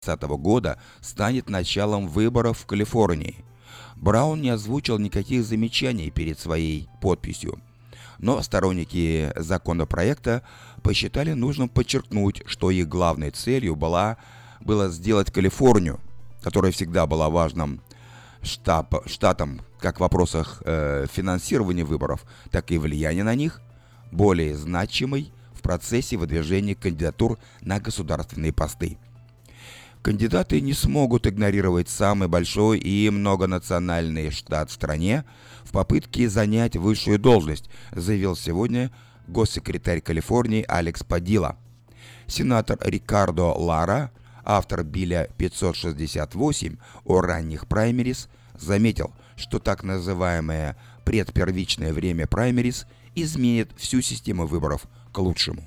2020 года станет началом выборов в Калифорнии. Браун не озвучил никаких замечаний перед своей подписью. Но сторонники законопроекта посчитали нужным подчеркнуть, что их главной целью было сделать Калифорнию, которая всегда была важным штатом как в вопросах финансирования выборов, так и влияния на них, более значимой в процессе выдвижения кандидатур на государственные посты. Кандидаты не смогут игнорировать самый большой и многонациональный штат в стране в попытке занять высшую должность, заявил сегодня госсекретарь Калифорнии Алекс Падилла. Сенатор Рикардо Лара, автор Билля 568 о ранних праймерис, заметил, что так называемое предпервичное время праймерис изменит всю систему выборов к лучшему.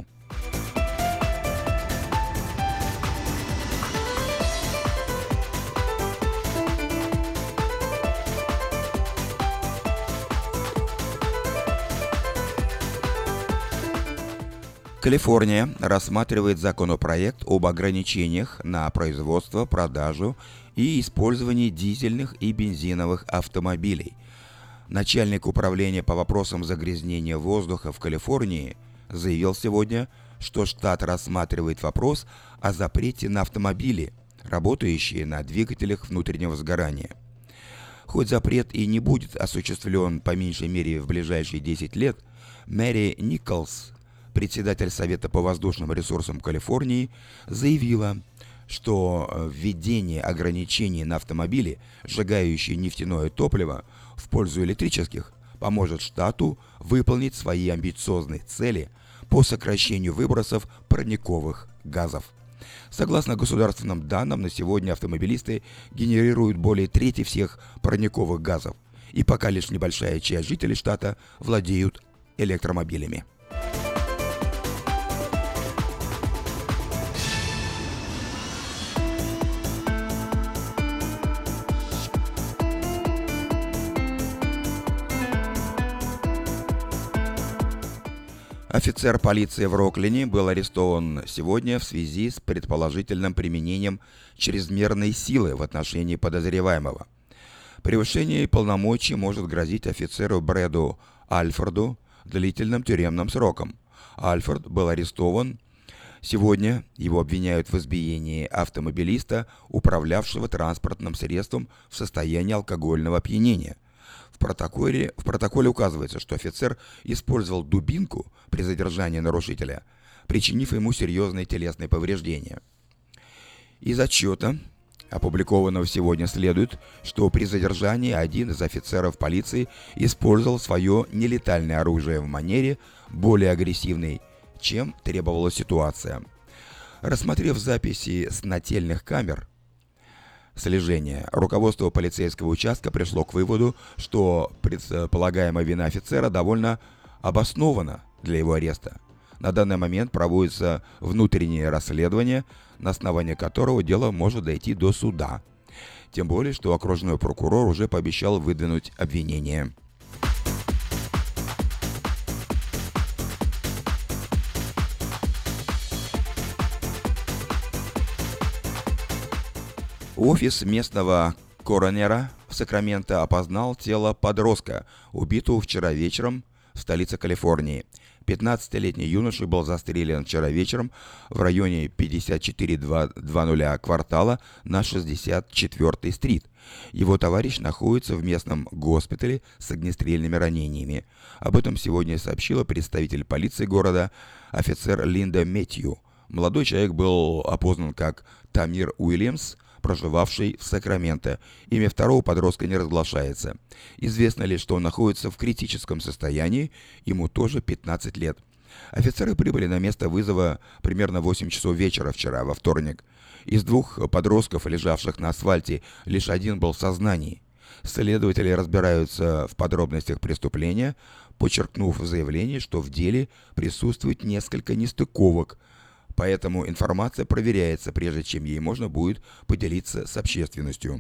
Калифорния рассматривает законопроект об ограничениях на производство, продажу и использование дизельных и бензиновых автомобилей. Начальник управления по вопросам загрязнения воздуха в Калифорнии заявил сегодня, что штат рассматривает вопрос о запрете на автомобили, работающие на двигателях внутреннего сгорания. Хоть запрет и не будет осуществлен по меньшей мере в ближайшие 10 лет, Мэри Николс, председатель Совета по воздушным ресурсам Калифорнии, заявила, что введение ограничений на автомобили, сжигающие нефтяное топливо, в пользу электрических, поможет штату выполнить свои амбициозные цели по сокращению выбросов парниковых газов. Согласно государственным данным, на сегодня автомобилисты генерируют более трети всех парниковых газов, и пока лишь небольшая часть жителей штата владеют электромобилями. Офицер полиции в Роклене был арестован сегодня в связи с предположительным применением чрезмерной силы в отношении подозреваемого. Превышение полномочий может грозить офицеру Брэду Альфорду длительным тюремным сроком. Альфорд был арестован сегодня. Его обвиняют в избиении автомобилиста, управлявшего транспортным средством в состоянии алкогольного опьянения. В протоколе указывается, что офицер использовал дубинку при задержании нарушителя, причинив ему серьезные телесные повреждения. Из отчета, опубликованного сегодня, следует, что при задержании один из офицеров полиции использовал свое нелетальное оружие в манере более агрессивной, чем требовала ситуация. Рассмотрев записи с нательных камер слежения, руководство полицейского участка пришло к выводу, что предполагаемая вина офицера довольно обоснована для его ареста. На данный момент проводится внутреннее расследование, на основании которого дело может дойти до суда. Тем более, что окружной прокурор уже пообещал выдвинуть обвинение. Офис местного коронера в Сакраменто опознал тело подростка, убитого вчера вечером в столице Калифорнии. 15-летний юноша был застрелен вчера вечером в районе 5400 квартала на 64-й стрит. Его товарищ находится в местном госпитале с огнестрельными ранениями. Об этом сегодня сообщила представитель полиции города, офицер Линда Мэтью. Молодой человек был опознан как Тамир Уильямс, проживавший в Сакраменто. Имя второго подростка не разглашается. Известно лишь, что он находится в критическом состоянии, ему тоже 15 лет. Офицеры прибыли на место вызова примерно в 8 часов вечера вчера, во вторник. Из двух подростков, лежавших на асфальте, лишь один был в сознании. Следователи разбираются в подробностях преступления, подчеркнув в заявлении, что в деле присутствует несколько нестыковок, поэтому информация проверяется, прежде чем ей можно будет поделиться с общественностью.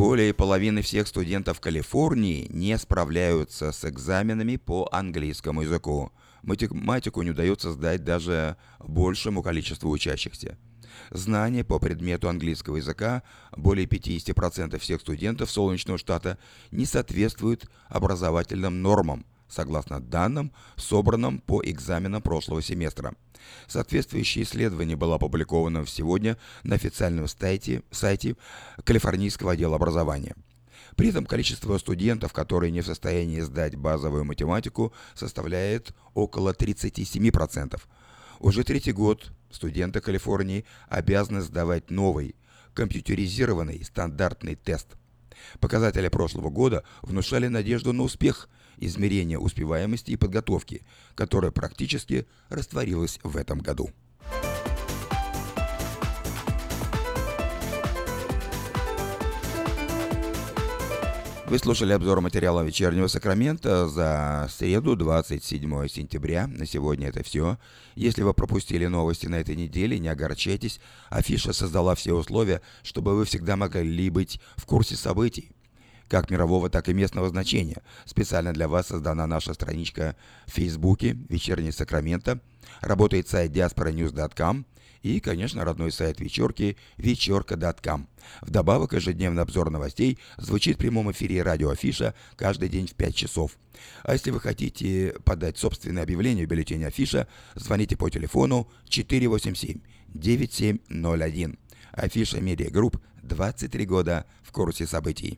более половины всех студентов Калифорнии не справляются с экзаменами по английскому языку. Математику не удается сдать даже большему количеству учащихся. Знания по предмету английского языка более 50% всех студентов Солнечного штата не соответствуют образовательным нормам, согласно данным, собранным по экзаменам прошлого семестра. Соответствующее исследование было опубликовано сегодня на официальном сайте Калифорнийского отдела образования. При этом количество студентов, которые не в состоянии сдать базовую математику, составляет около 37%. Уже третий год студенты Калифорнии обязаны сдавать новый, компьютеризированный стандартный тест. Показатели прошлого года внушали надежду на успех измерения успеваемости и подготовки, которая практически растворилась в этом году. Вы слушали обзор материала «Вечернего Сакрамента» за среду, 27 сентября. На сегодня это все. Если вы пропустили новости на этой неделе, не огорчайтесь. Афиша создала все условия, чтобы вы всегда могли быть в курсе событий, как мирового, так и местного значения. Специально для вас создана наша страничка в Фейсбуке «Вечерний Сакраменто». Работает сайт diasporanews.com и, конечно, родной сайт вечерки вечерка.com. Вдобавок, ежедневный обзор новостей звучит в прямом эфире радио Афиша каждый день в 5 часов. А если вы хотите подать собственное объявление в бюллетене Афиша, звоните по телефону 487-9701. Афиша Медиа Групп, 23 года в курсе событий.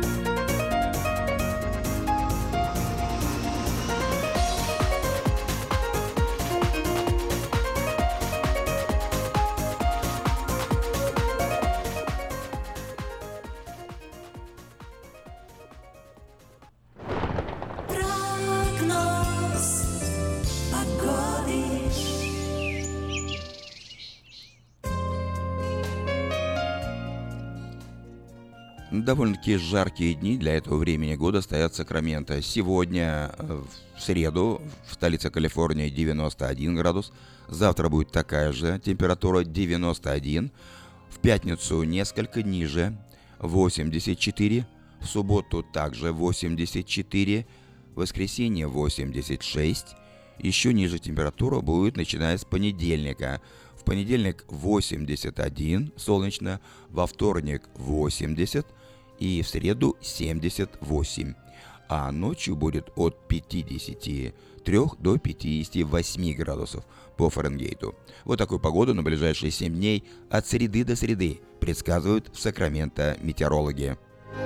Довольно-таки жаркие дни для этого времени года стоят в Сакраменто. Сегодня, в среду, в столице Калифорнии 91 градус. Завтра будет такая же температура 91. В пятницу несколько ниже 84. В субботу также 84. В воскресенье 86. Еще ниже температура будет, начиная с понедельника. В понедельник 81 солнечно, во вторник 80 и в среду 78. А ночью будет от 53 до 58 градусов по Фаренгейту. Вот такую погоду на ближайшие 7 дней от среды до среды предсказывают в Сакраменто метеорологи.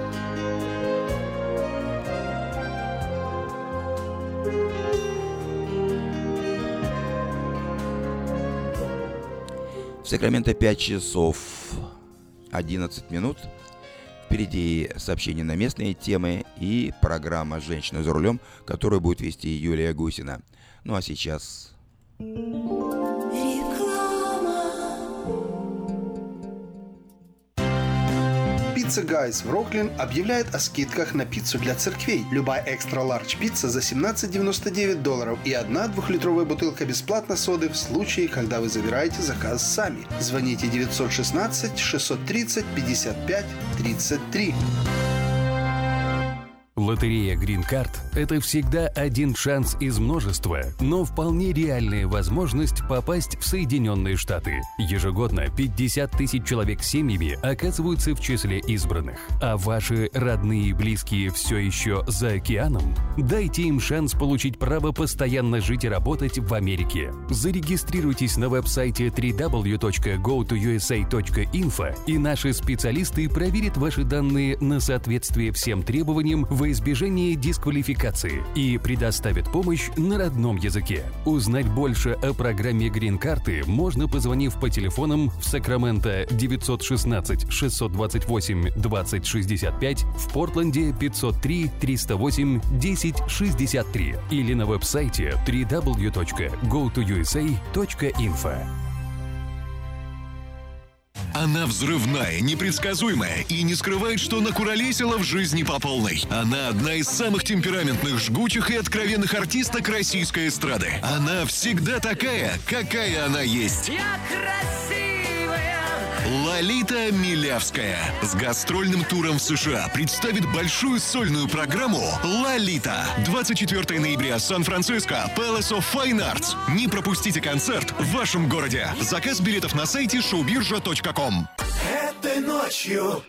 В Сакраменто 5 часов 11 минут. Впереди сообщения на местные темы и программа «Женщина за рулем», которую будет вести Юлия Гусина. Ну а сейчас... Pizza Guys в Роклин объявляет о скидках на пиццу для церквей. Любая экстра-лардж пицца за $17.99 и одна 2-литровая бутылка бесплатно соды в случае, когда вы забираете заказ сами. Звоните 916-630-55-33. Лотерея Green Card – это всегда один шанс из множества, но вполне реальная возможность попасть в Соединенные Штаты. Ежегодно 50 тысяч человек с семьями оказываются в числе избранных. А ваши родные и близкие все еще за океаном? Дайте им шанс получить право постоянно жить и работать в Америке. Зарегистрируйтесь на веб-сайте www.gotousa.info, и наши специалисты проверят ваши данные на соответствие всем требованиям во избежание дисквалификации и предоставят помощь на родном языке. Узнать больше о программе Green Card можно, позвонив по телефонам в Сакраменто 916-628-2065, в Портленде 503-308-1063 или на веб-сайте www.gotousa.info. Она взрывная, непредсказуемая и не скрывает, что накуролесила в жизни по полной. Она одна из самых темпераментных, жгучих и откровенных артисток российской эстрады. Она всегда такая, какая она есть. Я красивая. Лолита Милявская с гастрольным туром в США представит большую сольную программу «Лолита». 24 ноября, Сан-Франциско, Palace of Fine Arts. Не пропустите концерт в вашем городе. Заказ билетов на сайте showbirja.com. Этой ночью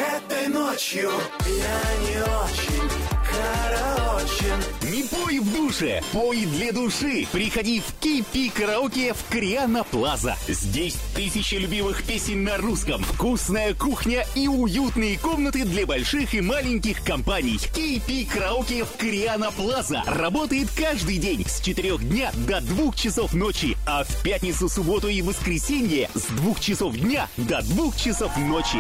я не очень караочен. Не пой в душе, пой для души. Приходи в KP Караоке в Кориана Плаза. Здесь тысячи любимых песен на русском, вкусная кухня и уютные комнаты для больших и маленьких компаний. KP Караоке в Кориана Плаза работает каждый день с 4 дня до 2 часов ночи, а в пятницу, субботу и воскресенье с 2 часов дня до 2 часов ночи.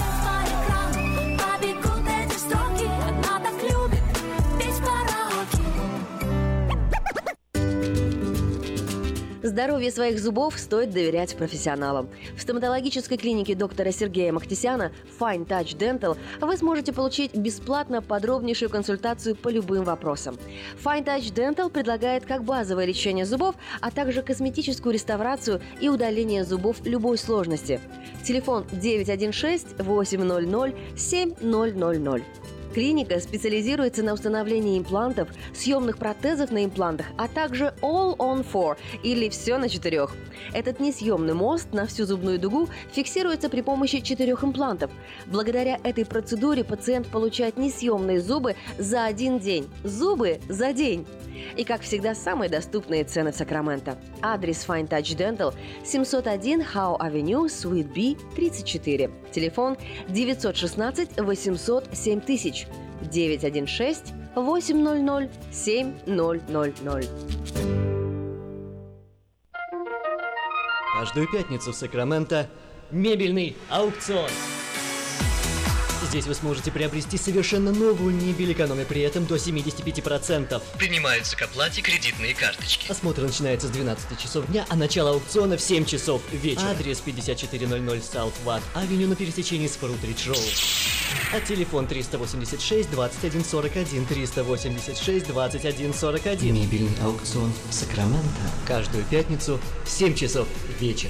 Здоровью своих зубов стоит доверять профессионалам. В стоматологической клинике доктора Сергея Махтисяна Fine Touch Dental вы сможете получить бесплатно подробнейшую консультацию по любым вопросам. Fine Touch Dental предлагает как базовое лечение зубов, а также косметическую реставрацию и удаление зубов любой сложности. Телефон 916-800-7000. Клиника специализируется на установлении имплантов, съемных протезов на имплантах, а также All on 4 или «Все на 4». Этот несъемный мост на всю зубную дугу фиксируется при помощи 4 имплантов. Благодаря этой процедуре пациент получает несъемные зубы за 1 день. Зубы за день! И, как всегда, самые доступные цены в Сакраменто. Адрес Fine Touch Dental 701 Howe Avenue, Suite B, 34. Телефон 916-800-7000. 916-800-7000. Каждую пятницу в Сакраменто мебельный аукцион. Здесь вы сможете приобрести совершенно новую мебель, экономя при этом до 75%. Принимаются к оплате кредитные карточки. Осмотр начинается с 12 часов дня, а начало аукциона в 7 часов вечера. Адрес 5400 South Watt Avenue на пересечении с Фрутридж Роуд. А телефон 386-2141, 386-2141. Мебельный аукцион Сакраменто. Каждую пятницу в 7 часов вечера.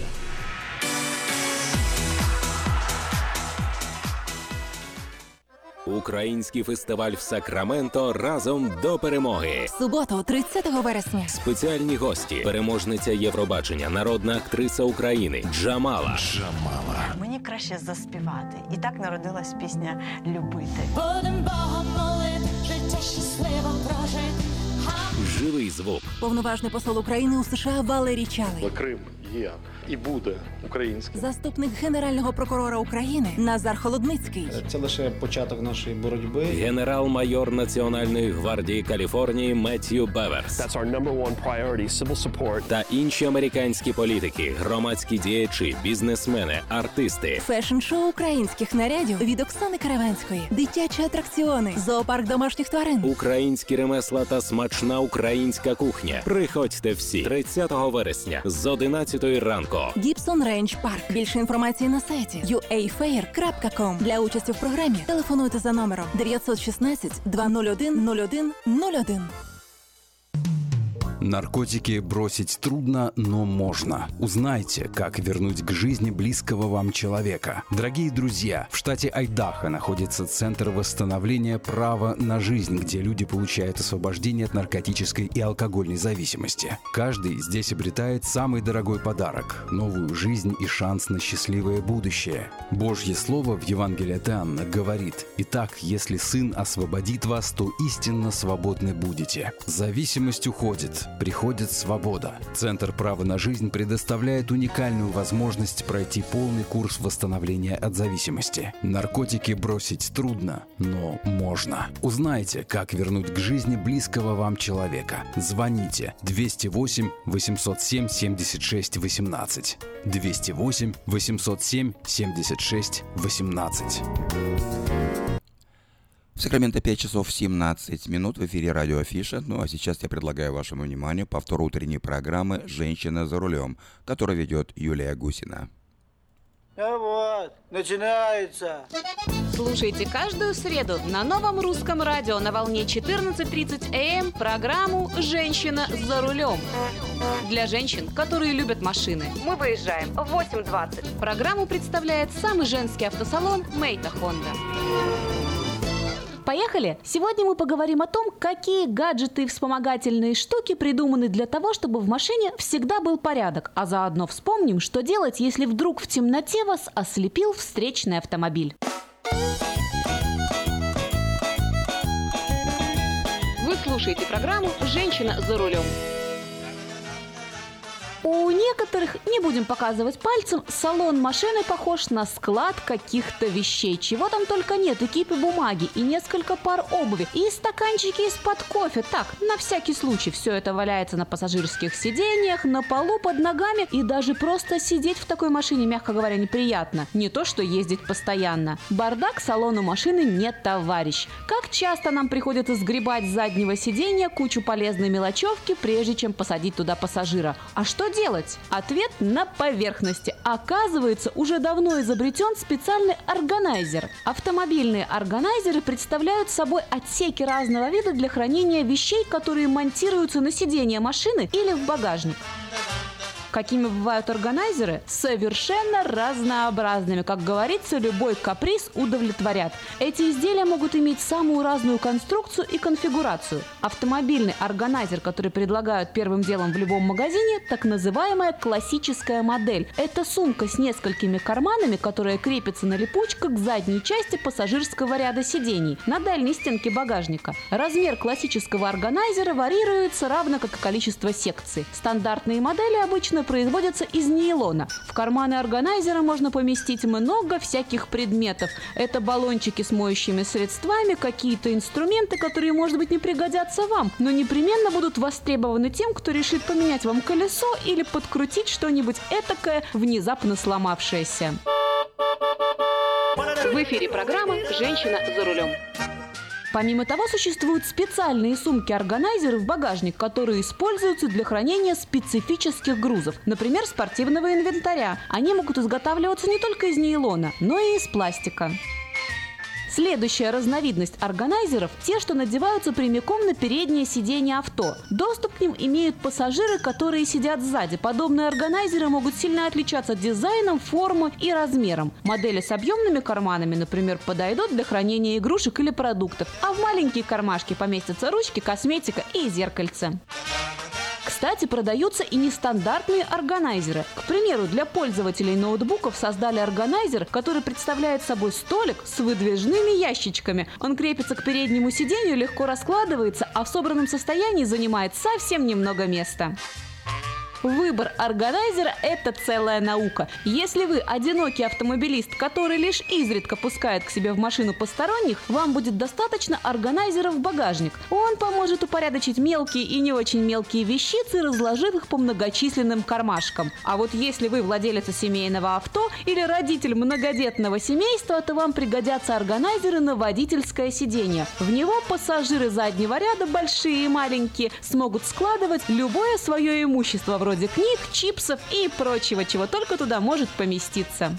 Український фестиваль в Сакраменто разом до перемоги. Суботу, 30 вересня. Спеціальні гості, переможниця Євробачення, народна актриса України Джамала. Мені краще заспівати. І так народилась пісня «Любити». Будем Богом молити, життя щасливо прожити. Живий звук. Повноважний посол України у США Валерій Чалий. Крим є і буде українським. Заступник Генерального прокурора України Назар Холодницький. Це лише початок нашої боротьби. Генерал-майор Національної гвардії Каліфорнії Меттью Беверс. That's our number one priority, civil support. Та інші американські політики, громадські діячі, бізнесмени, артисти. Фешн-шоу українських нарядів від Оксани Каравенської. Дитячі атракціони. Зоопарк домашніх тварин. Українські ремесла та смачна українська кухня. Приходьте всі 30 вересня з 11 ранку. Гібсон Рейндж Парк. Більше інформації на сайті uafair.com. Для участі в програмі телефонуйте за номером 916-201-01-01. Наркотики бросить трудно, но можно. Узнайте, как вернуть к жизни близкого вам человека. Дорогие друзья, в штате Айдахо находится Центр восстановления права на жизнь, где люди получают освобождение от наркотической и алкогольной зависимости. Каждый здесь обретает самый дорогой подарок – новую жизнь и шанс на счастливое будущее. Божье Слово в Евангелии от Иоанна говорит: «Итак, если Сын освободит вас, то истинно свободны будете». Зависимость уходит. Приходит свобода. Центр права на жизнь предоставляет уникальную возможность пройти полный курс восстановления от зависимости. Наркотики бросить трудно, но можно. Узнайте, как вернуть к жизни близкого вам человека. Звоните 208 807 76 18. 208 807 76 18. В Сакраменто 5 часов 17 минут, в эфире радио Афиша. Ну а сейчас я предлагаю вашему вниманию повтор утренней программы «Женщина за рулем», которую ведет Юлия Гусина. Вот, начинается. Слушайте каждую среду на Новом русском радио на волне 14:30 АМ программу «Женщина за рулем». Для женщин, которые любят машины. Мы выезжаем в 8:20. Программу представляет самый женский автосалон «Мейта Хонда». Поехали! Сегодня мы поговорим о том, какие гаджеты и вспомогательные штуки придуманы для того, чтобы в машине всегда был порядок, а заодно вспомним, что делать, если вдруг в темноте вас ослепил встречный автомобиль. Вы слушаете программу «Женщина за рулем». У некоторых, не будем показывать пальцем, салон машины похож на склад каких-то вещей. Чего там только нет, и кипы бумаги, и несколько пар обуви, и стаканчики из-под кофе. Так, на всякий случай, все это валяется на пассажирских сиденьях, на полу, под ногами, и даже просто сидеть в такой машине, мягко говоря, неприятно. Не то, что ездить постоянно. Бардак салону машины не товарищ. Как часто нам приходится сгребать с заднего сиденья кучу полезной мелочевки, прежде чем посадить туда пассажира. А что делать? Ответ на поверхности. Оказывается, уже давно изобретен специальный органайзер. Автомобильные органайзеры представляют собой отсеки разного вида для хранения вещей, которые монтируются на сиденье машины или в багажник. Какими бывают органайзеры? Совершенно разнообразными. Как говорится, любой каприз удовлетворят. Эти изделия могут иметь самую разную конструкцию и конфигурацию. Автомобильный органайзер, который предлагают первым делом в любом магазине, так называемая классическая модель. Это сумка с несколькими карманами, которая крепится на липучках к задней части пассажирского ряда сидений, на дальней стенке багажника. Размер классического органайзера варьируется, равно как и количество секций. Стандартные модели обычно производятся из нейлона. В карманы органайзера можно поместить много всяких предметов. Это баллончики с моющими средствами, какие-то инструменты, которые, может быть, не пригодятся вам, но непременно будут востребованы тем, кто решит поменять вам колесо или подкрутить что-нибудь этакое, внезапно сломавшееся. В эфире программа «Женщина за рулем». Помимо того, существуют специальные сумки-органайзеры в багажник, которые используются для хранения специфических грузов, например, спортивного инвентаря. Они могут изготавливаться не только из нейлона, но и из пластика. Следующая разновидность органайзеров – те, что надеваются прямиком на переднее сиденье авто. Доступ к ним имеют пассажиры, которые сидят сзади. Подобные органайзеры могут сильно отличаться дизайном, формой и размером. Модели с объемными карманами, например, подойдут для хранения игрушек или продуктов, а в маленькие кармашки поместятся ручки, косметика и зеркальце. Кстати, продаются и нестандартные органайзеры. К примеру, для пользователей ноутбуков создали органайзер, который представляет собой столик с выдвижными ящичками. Он крепится к переднему сиденью, легко раскладывается, а в собранном состоянии занимает совсем немного места. Выбор органайзера – это целая наука. Если вы одинокий автомобилист, который лишь изредка пускает к себе в машину посторонних, вам будет достаточно органайзера в багажник. Он поможет упорядочить мелкие и не очень мелкие вещицы, разложив их по многочисленным кармашкам. А вот если вы владелец семейного авто или родитель многодетного семейства, то вам пригодятся органайзеры на водительское сиденье. В него пассажиры заднего ряда, большие и маленькие, смогут складывать любое свое имущество, вроде книг, чипсов и прочего, чего только туда может поместиться.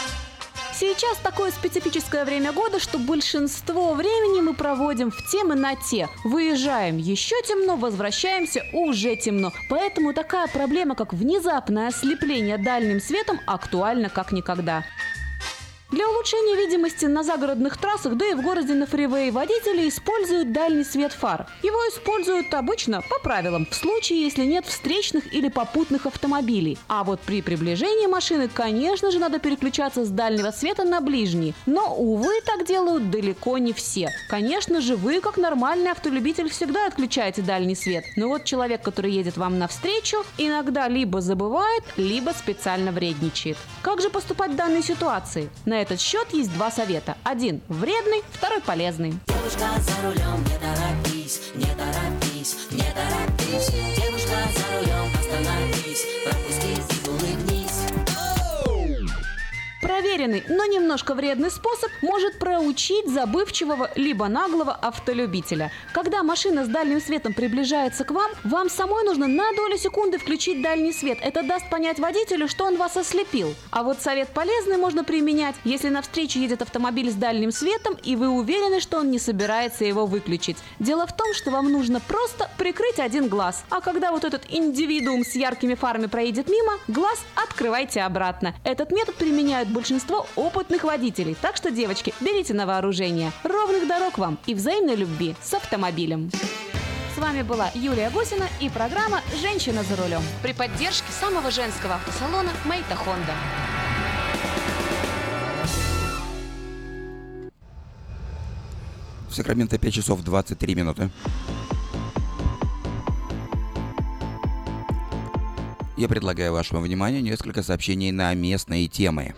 Сейчас такое специфическое время года, что большинство времени мы проводим в темноте. Выезжаем еще темно, возвращаемся уже темно. Поэтому такая проблема, как внезапное ослепление дальним светом, актуальна как никогда. Для улучшения видимости на загородных трассах, да и в городе на фривее водители используют дальний свет фар. Его используют обычно по правилам, в случае, если нет встречных или попутных автомобилей. А вот при приближении машины, конечно же, надо переключаться с дальнего света на ближний. Но, увы, так делают далеко не все. Конечно же, вы, как нормальный автолюбитель, всегда отключаете дальний свет. Но вот человек, который едет вам навстречу, иногда либо забывает, либо специально вредничает. Как же поступать в данной ситуации? На этот счет есть два совета. Один вредный, второй полезный. Девушка за рулем, не торопись, не торопись, не торопись. Девушка за рулем, остановись, пропусти и улыбнись. Проверь проверенный, но немножко вредный способ может проучить забывчивого либо наглого автолюбителя. Когда машина с дальним светом приближается к вам, вам самой нужно на долю секунды включить дальний свет. Это даст понять водителю, что он вас ослепил. А вот совет полезный можно применять, если навстречу едет автомобиль с дальним светом, и вы уверены, что он не собирается его выключить. Дело в том, что вам нужно просто прикрыть один глаз. А когда вот этот индивидуум с яркими фарами проедет мимо, глаз открывайте обратно. Этот метод применяют большинство опытных водителей. Так что, девочки, берите на вооружение. Ровных дорог вам и взаимной любви с автомобилем. С вами была Юлия Гусина и программа «Женщина за рулем» при поддержке самого женского автосалона «Мэйта Хонда». В Сакраменто 5 часов 23 минуты. Я предлагаю вашему вниманию несколько сообщений на местные темы.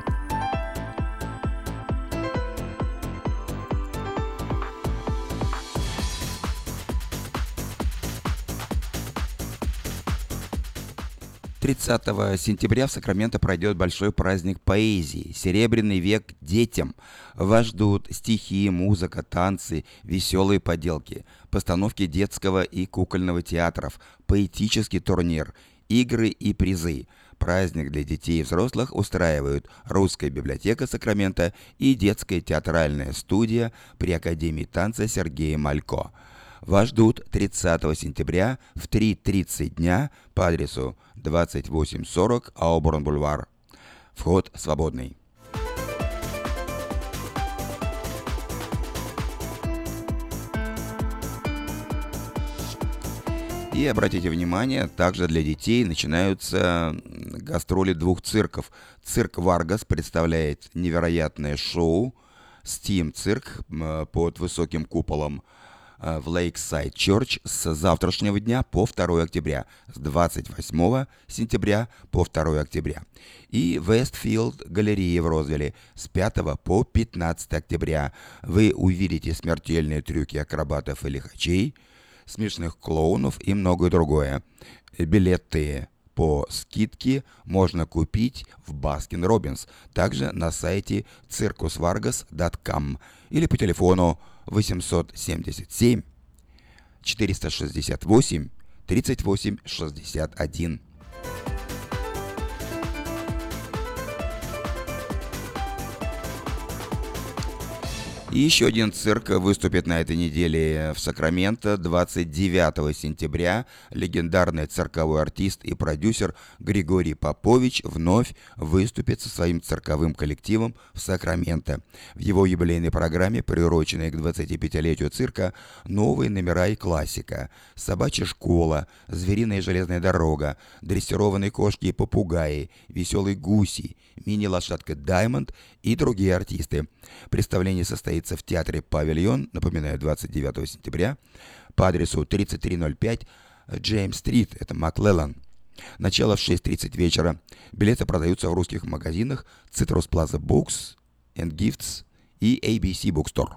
«30 сентября в Сакраменто пройдет большой праздник поэзии «Серебряный век детям». Вас ждут стихи, музыка, танцы, веселые поделки, постановки детского и кукольного театров, поэтический турнир, игры и призы. Праздник для детей и взрослых устраивают Русская библиотека Сакрамента и детская театральная студия при Академии танца Сергея Малько. Вас ждут 30 сентября в 3:30 дня по адресу 2840 Ауборн-Бульвар. Вход свободный. И обратите внимание, также для детей начинаются гастроли двух цирков. Цирк Варгас представляет невероятное шоу Steam цирк под высоким куполом в Lakeside Church с завтрашнего дня по 2 октября, с 28 сентября по 2 октября. И Westfield галерея в Розвилле с 5 по 15 октября. Вы увидите смертельные трюки акробатов и лихачей, смешных клоунов и многое другое. Билеты по скидке можно купить в Баскин Роббинс, также на сайте circusvargas.com или по телефону 877 468 38 61. И еще один цирк выступит на этой неделе в Сакраменто. 29 сентября легендарный цирковой артист и продюсер Григорий Попович вновь выступит со своим цирковым коллективом в Сакраменто. В его юбилейной программе, приуроченной к 25-летию цирка, новые номера и классика: «Собачья школа», «Звериная железная дорога», «Дрессированные кошки и попугаи», «Веселые гуси», «Мини-лошадка Даймонд» и другие артисты. Представление состоится в театре «Павильон», напоминаю, 29 сентября, по адресу 3305 Джеймс-стрит, это Маклеллан. Начало в 6:30 вечера. Билеты продаются в русских магазинах Citrus Plaza Books and Gifts и ABC Bookstore.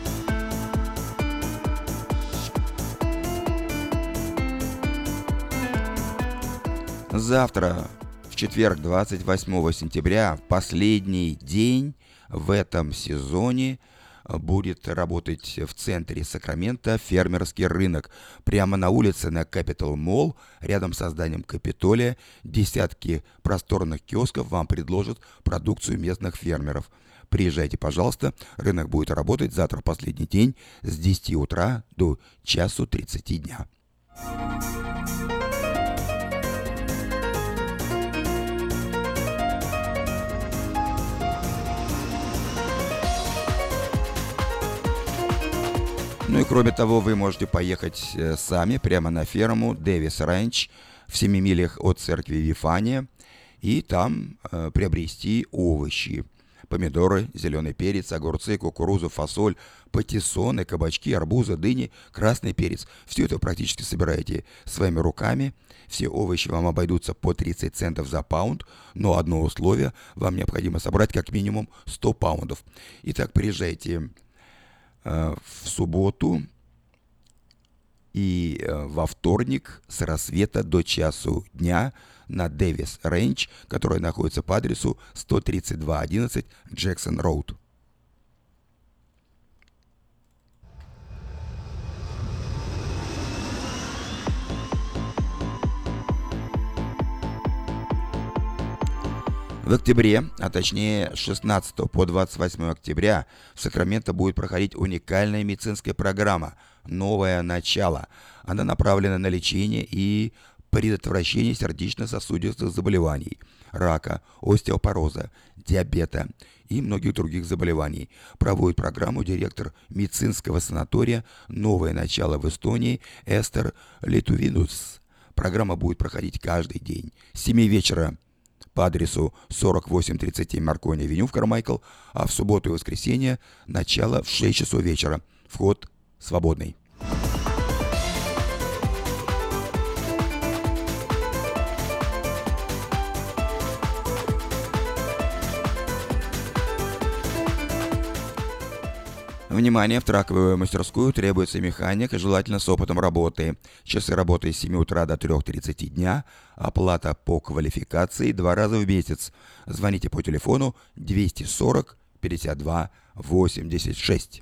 Завтра, в четверг, 28 сентября, в последний день в этом сезоне, будет работать в центре Сакрамента фермерский рынок. Прямо на улице на Capitol Mall, рядом с зданием Капитолия, десятки просторных киосков вам предложат продукцию местных фермеров. Приезжайте, пожалуйста, рынок будет работать завтра последний день с 10 утра до 1:30 дня. Ну и кроме того, вы можете поехать сами прямо на ферму Дэвис Рэнч в 7 милях от церкви Вифания и там приобрести овощи: помидоры, зеленый перец, огурцы, кукурузу, фасоль, патиссоны, кабачки, арбузы, дыни, красный перец. Все это практически собираете своими руками. Все овощи вам обойдутся по 30 центов за паунд, но одно условие: вам необходимо собрать как минимум 100 паундов. Итак, приезжайте в субботу и во вторник с рассвета до часу дня на Дэвис Рейндж, который находится по адресу 13211 Джексон Роуд. В октябре, а точнее с 16 по 28 октября в Сакраменто будет проходить уникальная медицинская программа «Новое начало». Она направлена на лечение и предотвращение сердечно-сосудистых заболеваний, рака, остеопороза, диабета и многих других заболеваний. Проводит программу директор медицинского санатория «Новое начало» в Эстонии Эстер Литувинус. Программа будет проходить каждый день с 7 вечера по адресу 4837 Маркони-авеню в Кармайкл, а в субботу и воскресенье начало в 6 часов вечера. Вход свободный. Внимание, в траковую мастерскую требуется механик, желательно с опытом работы. Часы работы с 7 утра до 3:30 дня. Оплата по квалификации 2 раза в месяц. Звоните по телефону 240 52 86.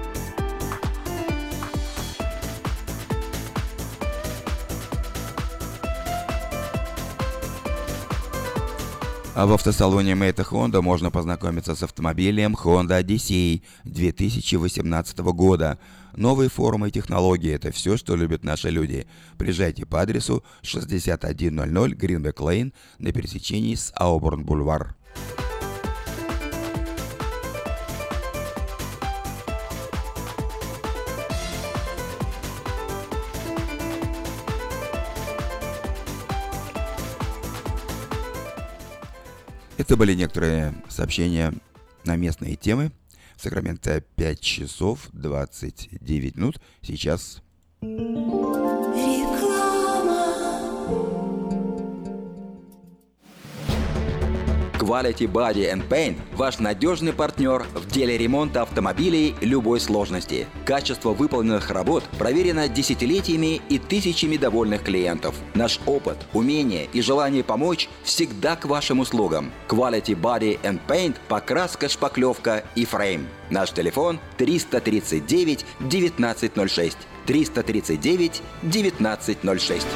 А в автосалоне Мэйта Honda можно познакомиться с автомобилем Honda Odyssey 2018 года. Новые формы и технологии – это все, что любят наши люди. Приезжайте по адресу 6100 Greenback Lane на пересечении с Ауборн-Бульвар. Это были некоторые сообщения на местные темы. В Сакраменто 5 часов 29 минут. Сейчас... Quality Body and Paint – ваш надежный партнер в деле ремонта автомобилей любой сложности. Качество выполненных работ проверено десятилетиями и тысячами довольных клиентов. Наш опыт, умение и желание помочь всегда к вашим услугам. Quality Body and Paint – покраска, шпаклевка и фрейм. Наш телефон 339 1906. 339 1906.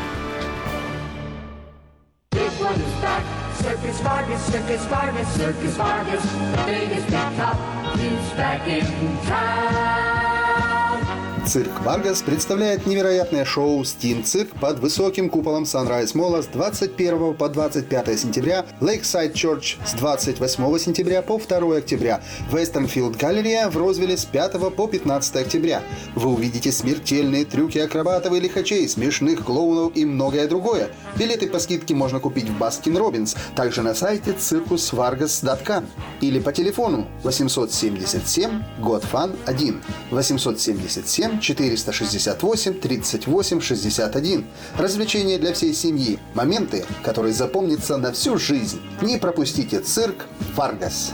Circus Vargas, Circus Vargas, Circus Vargas, the biggest big top, he's back in town. Цирк Варгас представляет невероятное шоу «Steam Цирк» под высоким куполом Sunrise Mall с 21 по 25 сентября, Lakeside Church с 28 сентября по 2 октября, Westernfield Галерея в Розвилле с 5 по 15 октября. Вы увидите смертельные трюки акробатов и лихачей, смешных клоунов и многое другое. Билеты по скидке можно купить в Баскин Роббинс, также на сайте circusvargas.com или по телефону 877 Godfan 1 877 468 38 61. Развлечения для всей семьи. Моменты, которые запомнятся на всю жизнь. Не пропустите цирк Варгас.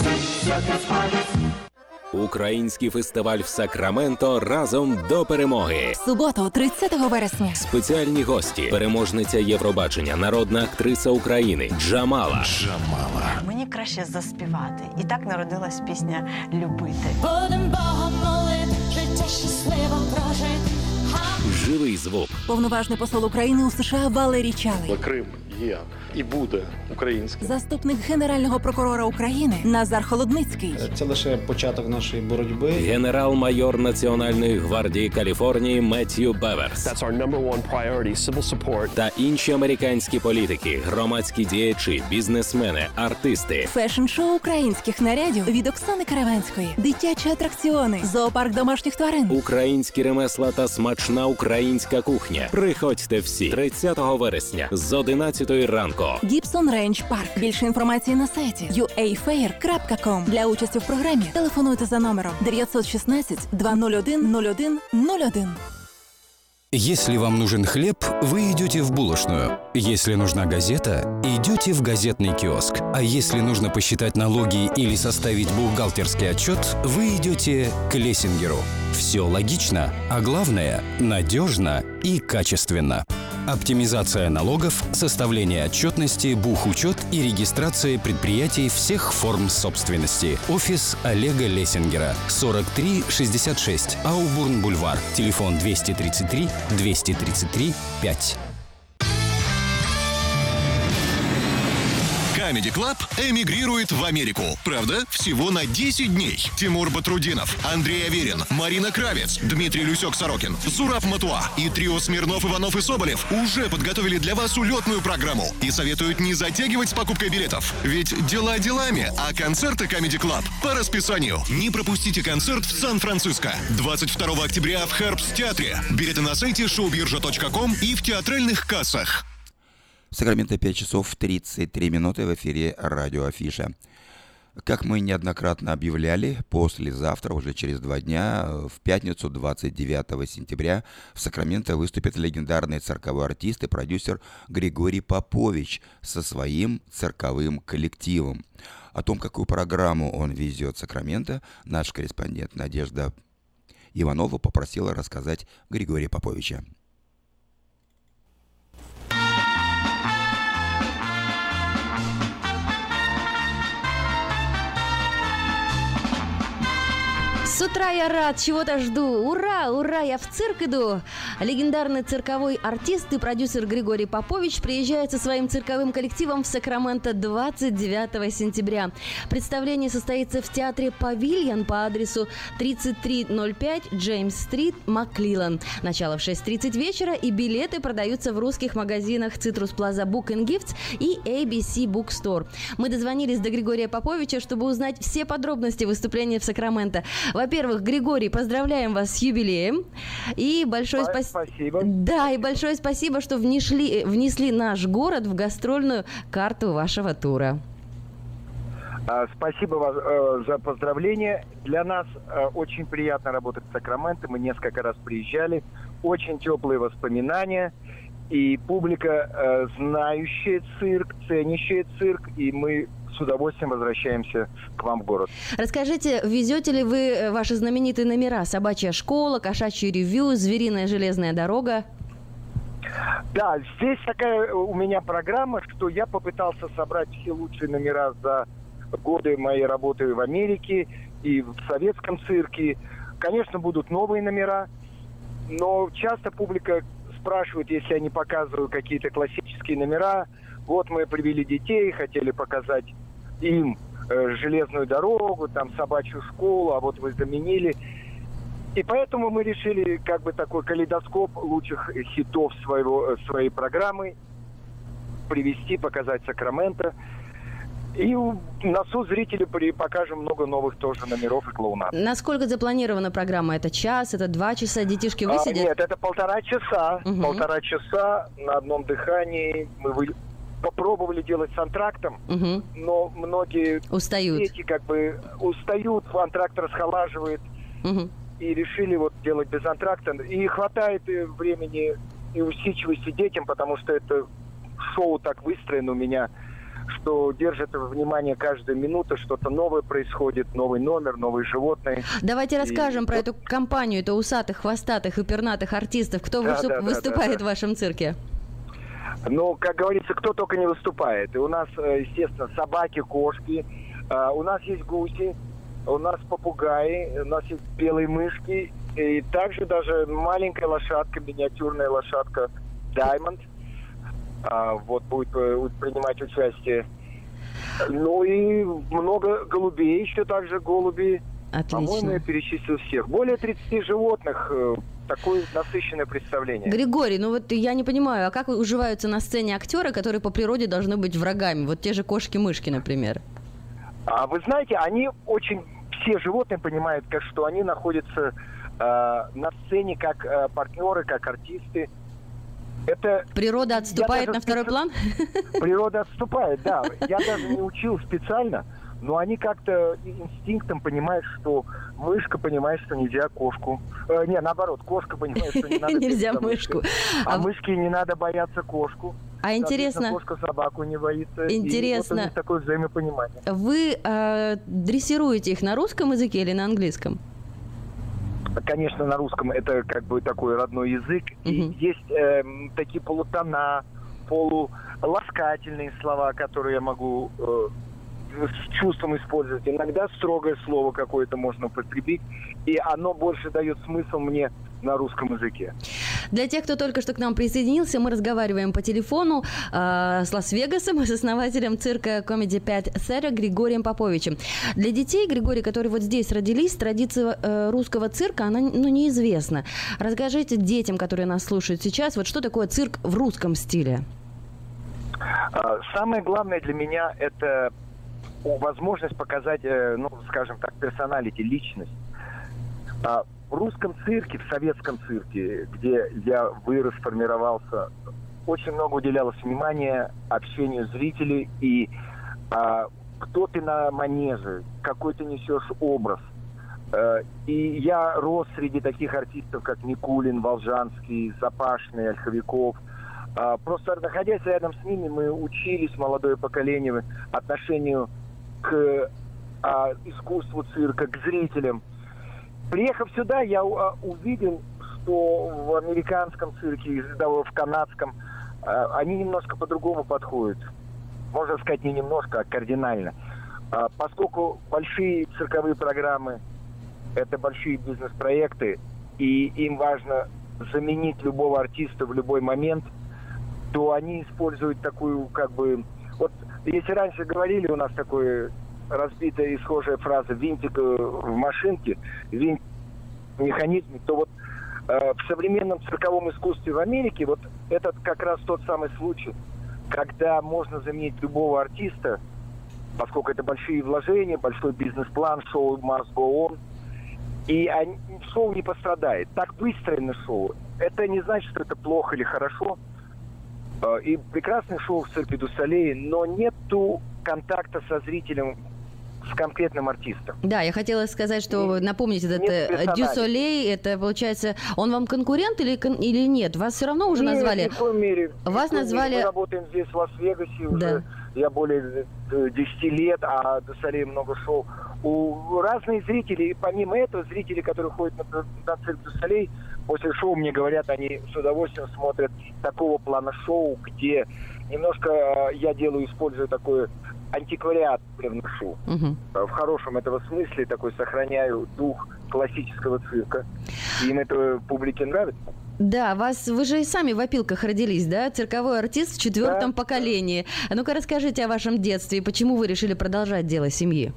Український фестиваль в Сакраменто разом до перемоги. В суботу, 30 вересня. Спеціальні гості. Переможниця Євробачення, народна актриса України Джамала. Мені краще заспівати. І так народилась пісня «Любити». Будем Богом молити, життя щасливо прожити. Живий звук. Повноважний посол України у США Валерій Чалий. Крим є і буде українським. Заступник Генерального прокурора України Назар Холодницький. Це лише початок нашої боротьби. Генерал-майор Національної гвардії Каліфорнії Меттью Беверс. That's our number one priority, civil support. Та інші американські політики, громадські діячі, бізнесмени, артисти. Фешн-шоу українських нарядів від Оксани Караванської. Дитячі атракціони, зоопарк домашніх тварин. Українські ремесла та смачна українська кухня. Приходьте всі 30 вересня з 11 ранку. Гібсон Рейндж Парк. Більше інформації на сайті uafair.com. Для участі в програмі телефонуйте за номером 916 201 01 01. Если вам нужен хлеб, вы идете в булочную. Если нужна газета, идете в газетный киоск. А если нужно посчитать налоги или составить бухгалтерский отчет, вы идете к Лессингеру. Все логично, а главное – надежно и качественно. Оптимизация налогов, составление отчетности, бухучет и регистрация предприятий всех форм собственности. Офис Олега Лессингера. 4366. Аубурн-Бульвар. Телефон 233 233 5. Comedy Club эмигрирует в Америку. Правда, всего на 10 дней. Тимур Батрудинов, Андрей Аверин, Марина Кравец, Дмитрий Люсек-Сорокин, Зураб Матуа и трио Смирнов, Иванов и Соболев уже подготовили для вас улетную программу и советуют не затягивать с покупкой билетов. Ведь дела делами, а концерты Comedy Club по расписанию. Не пропустите концерт в Сан-Франциско 22 октября в Herbst театре. Билеты на сайте showbirja.com и в театральных кассах. Сакраменто 5 часов 33 минуты, в эфире радио Афиша. Как мы неоднократно объявляли, послезавтра, уже через 2 дня, в пятницу 29 сентября, в Сакраменто выступит легендарный цирковой артист и продюсер Григорий Попович со своим цирковым коллективом. О том, какую программу он везет в Сакраменто, наш корреспондент Надежда Иванова попросила рассказать Григория Поповича. С утра я рад, чего-то жду. Ура, ура, я в цирк иду. Легендарный цирковой артист и продюсер Григорий Попович приезжает со своим цирковым коллективом в Сакраменто 29 сентября. Представление состоится в театре «Павильон» по адресу 3305 Джеймс-стрит, Маклилан. Начало в 6:30 вечера, и билеты продаются в русских магазинах Citrus Plaza Book and Gifts и ABC Bookstore. Мы дозвонились до Григория Поповича, чтобы узнать все подробности выступления в Сакраменто. Во-первых, Григорий, поздравляем вас с юбилеем. И большое спасибо. Да, и большое спасибо, что внесли наш город в гастрольную карту вашего тура. Спасибо вам за поздравления. Для нас очень приятно работать в Сакраменто. Мы несколько раз приезжали. Очень теплые воспоминания. И публика, знающая цирк, ценящая цирк. И мы с удовольствием возвращаемся к вам в город. Расскажите, везете ли вы ваши знаменитые номера? «Собачья школа», «Кошачий ревью», «Звериная железная дорога»? Да, здесь такая у меня программа, что я попытался собрать все лучшие номера за годы моей работы в Америке и в советском цирке. Конечно, будут новые номера, но часто публика спрашивает, если я не показываю какие-то классические номера. Вот мы привели детей, хотели показать им железную дорогу, там собачью школу, а вот вы заменили. И поэтому мы решили как бы такой калейдоскоп лучших хитов своей программы привести, показать Сакраменто. И на суд зрителю покажем много новых тоже номеров и клоунат. Насколько запланирована программа? Это час, это 2 часа? Детишки высидят? Нет, это 1,5 часа. Угу. 1,5 часа на одном дыхании. Мы попробовали делать с антрактом, угу. Но многие дети как бы устают, антракт расхолаживает. Угу. И решили вот делать без антракта. И хватает времени и усидчивости детям, потому что это шоу так выстроено у меня, что держит внимание каждую минуту, что-то новое происходит, новый номер, новые животные. Давайте расскажем про эту компанию, это усатых, хвостатых и пернатых артистов. Кто выступает в вашем цирке? Ну, как говорится, кто только не выступает. И у нас, естественно, собаки, кошки, у нас есть гуси, у нас попугаи, у нас есть белые мышки, и также даже маленькая лошадка, миниатюрная лошадка Diamond, вот будет принимать участие. Ну и много голубей, еще также голуби. Отлично. По-моему, я перечислил всех. Более 30 животных. Такое насыщенное представление. Григорий, ну вот я не понимаю, а как уживаются на сцене актеры, которые по природе должны быть врагами? Вот те же кошки-мышки, например. Вы знаете, они очень... Все животные понимают, что они находятся на сцене как партнеры, как артисты. Это... Природа отступает на второй план? Природа отступает, да. Я даже не учил специально, но они как-то инстинктом понимают, что мышка понимает, что нельзя кошку. Наоборот, кошка понимает, что не надо... Нельзя мышку. А мышке не надо бояться кошку. А интересно... Кошка собаку не боится. Интересно. И вот у них такое взаимопонимание. Вы дрессируете их на русском языке или на английском? Конечно, на русском это как бы такой родной язык. И есть такие полутона, полуласкательные слова, которые я могу с чувством использовать. Иногда строгое слово какое-то можно употребить, и оно больше дает смысл мне на русском языке. Для тех, кто только что к нам присоединился, мы разговариваем по телефону с Лас-Вегасом, с основателем цирка Comedy 5 Theater Григорием Поповичем. Для детей, Григорий, которые вот здесь родились, традиция русского цирка, она неизвестна. Расскажите детям, которые нас слушают сейчас, вот что такое цирк в русском стиле? Самое главное для меня – это возможность показать, скажем так, персоналити, личность. В русском цирке, в советском цирке, где я вырос, формировался, очень много уделялось внимания общению зрителей и кто ты на манеже, какой ты несешь образ. И я рос среди таких артистов, как Никулин, Волжанский, Запашный, Ольховиков. Просто находясь рядом с ними, мы учились, молодое поколение, отношению к искусству цирка, к зрителям. Приехав сюда, я увидел, что в американском цирке, в канадском, они немножко по-другому подходят. Можно сказать, не немножко, а кардинально. Поскольку большие цирковые программы – это большие бизнес-проекты, и им важно заменить любого артиста в любой момент, то они используют такую, как бы... Вот если раньше говорили, у нас такое... разбитая и схожая фраза «винтик в машинке», «винтик в механизме», то вот в современном цирковом искусстве в Америке вот это как раз тот самый случай, когда можно заменить любого артиста, поскольку это большие вложения, большой бизнес-план, шоу must go on, и шоу не пострадает. Так выстроено шоу. Это не значит, что это плохо или хорошо. И прекрасное шоу в цирке Дю Солей, но нету контакта со зрителем, с конкретным артистом. Да, я хотела сказать, что напомнить этот Дю Солей, это получается, он вам конкурент или нет? Вас все равно уже назвали? Нет, в какой мере. Вас назвали... Мы работаем здесь, в Лас-Вегасе, уже я более 10 лет, а Дю Солей много шоу. У разных зрителей, помимо этого, зрители, которые ходят на цирк Дю Солей, после шоу мне говорят, они с удовольствием смотрят такого плана шоу, где немножко я использую такое антиквариат привношу. В хорошем этого смысле такой сохраняю дух классического цирка. И им это публике нравится. Да, вы же и сами в опилках родились, да? Цирковой артист в 4-м поколении. А ну-ка расскажите о вашем детстве и почему вы решили продолжать дело семьи?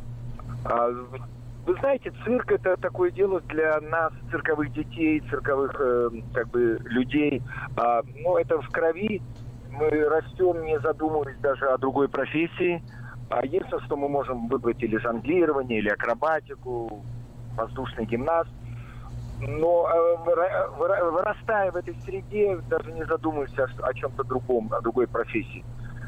Вы знаете, цирк – это такое дело для нас, цирковых детей, цирковых людей. Но это в крови. Мы растем, не задумываясь даже о другой профессии. Единственное, что мы можем выбрать или жонглирование, или акробатику, воздушный гимнаст. Но вырастая в этой среде, даже не задумываясь о чем-то другом, о другой профессии.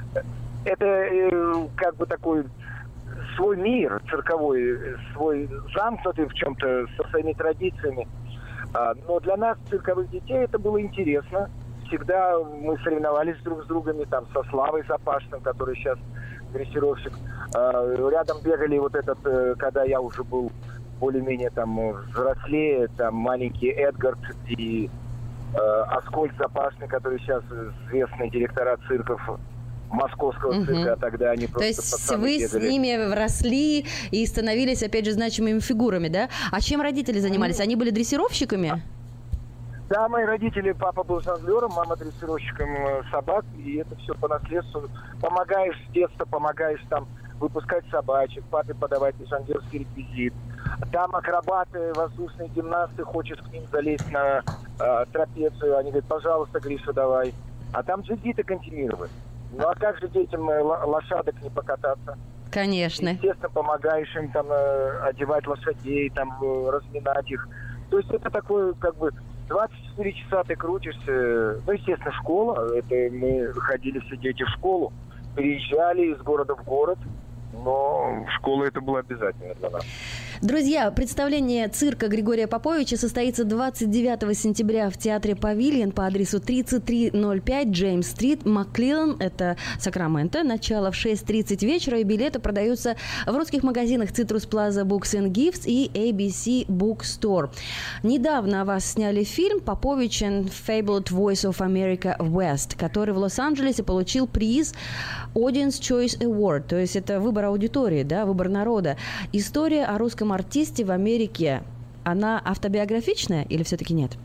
Это как бы такой свой мир цирковой, свой замкнутый в чем-то со своими традициями. Но для нас, цирковых детей, это было интересно. Всегда мы соревновались друг с другом, там, со Славой Запашным, который сейчас дрессировщик. Рядом бегали когда я уже был более-менее там взрослее, там маленький Эдгард и Аскольд Запашный, который сейчас известный директора цирков московского цирка, а тогда они просто... То есть вы бегали. С ними росли и становились, опять же, значимыми фигурами, да? А чем родители занимались? Они были дрессировщиками? Да, мои родители, папа был жонглером, мама дрессировщиком собак, и это все по наследству. Помогаешь с детства, помогаешь там выпускать собачек, папе подавать жонглерский реквизит. Там акробаты, воздушные гимнасты, хочешь к ним залезть на трапецию, они говорят, пожалуйста, Гриша, давай. А там джигиты континировать. Ну а как же детям лошадок не покататься? Конечно. Естественно, помогаешь им там одевать лошадей, там разминать их. То есть это такое, как бы, 24 часа ты крутишься. Ну, естественно, школа. Это мы ходили все дети в школу. Переезжали из города в город. Но школа это было обязательно для нас. Друзья, представление цирка Григория Поповича состоится 29 сентября в театре «Павильон» по адресу 3305 Джеймс-стрит, Макклеллан, это Сакраменто. Начало в 6:30 вечера, и билеты продаются в русских магазинах Citrus Plaza Books and Gifts и ABC Bookstore. Недавно о вас сняли фильм «Попович and Fabled Voice of America West», который в Лос-Анджелесе получил приз Audience Choice Award, то есть это выбор аудитории, да, выбор народа. История о русском артисте в Америке, она автобиографичная или все-таки нет?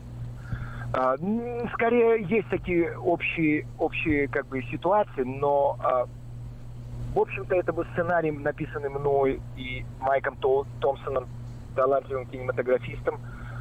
Скорее, есть такие общие как бы ситуации, но, в общем-то, это был сценарий, написанный мной и Майком Томпсоном, талантливым кинематографистом.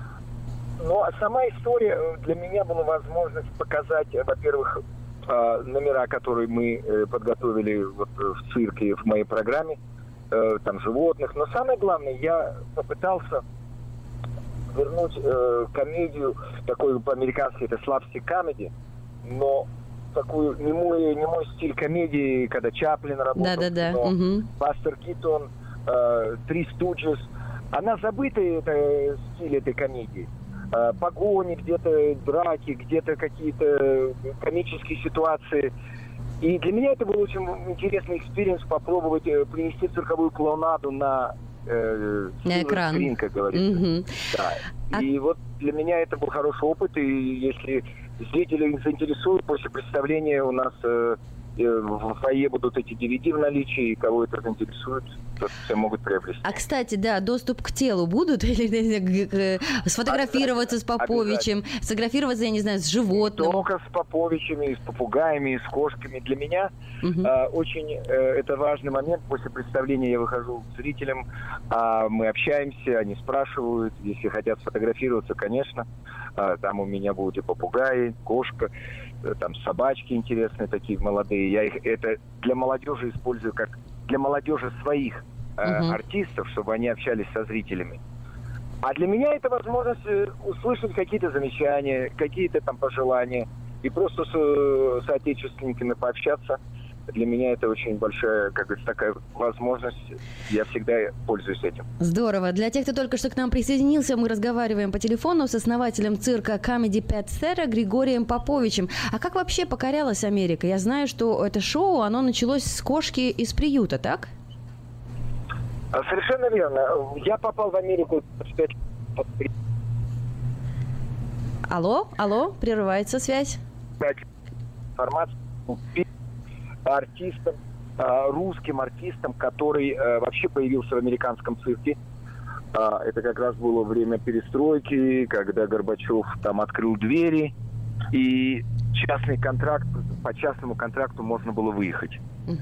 Но сама история для меня была возможность показать, во-первых, номера, которые мы подготовили вот в цирке, в моей программе, там животных. Но самое главное, я попытался вернуть комедию, такой по-американски это slapstick comedy, но такую немой стиль комедии, когда Чаплин работал, Бастер Китон, Три Студжес. Она забытая, это стиль этой комедии. Погони, где-то драки, где-то какие-то комические ситуации. И для меня это был очень интересный экспириенс попробовать принести цирковую клоунаду на экран, скрин, как говорится. Да. И вот для меня это был хороший опыт, и если зрители заинтересуют, после представления у нас в фойе будут эти DVD в наличии, и кого это заинтересует, то все могут приобрести. А, кстати, да, доступ к телу будут? Или сфотографироваться с Поповичем, сфотографироваться, я не знаю, с животным? Только с Поповичами, с попугаями, с кошками. Для меня очень это важный момент. После представления я выхожу к зрителям, мы общаемся, они спрашивают, если хотят сфотографироваться, конечно. Там у меня будут и попугаи, кошка, там собачки интересные такие молодые. Я их это для молодежи использую как для молодежи своих артистов, чтобы они общались со зрителями. А для меня это возможность услышать какие-то замечания, какие-то там пожелания и просто с соотечественниками пообщаться. Для меня это очень большая, как говорится, такая возможность. Я всегда пользуюсь этим. Здорово. Для тех, кто только что к нам присоединился, мы разговариваем по телефону с основателем цирка Comedy Pet Theater Григорием Поповичем. А как вообще покорялась Америка? Я знаю, что это шоу, оно началось с кошки из приюта, так? Совершенно верно. Я попал в Америку. Алло, прерывается связь. Информация артистом, русским артистом, который вообще появился в американском цирке. Это как раз было время перестройки, когда Горбачев там открыл двери, и по частному контракту можно было выехать.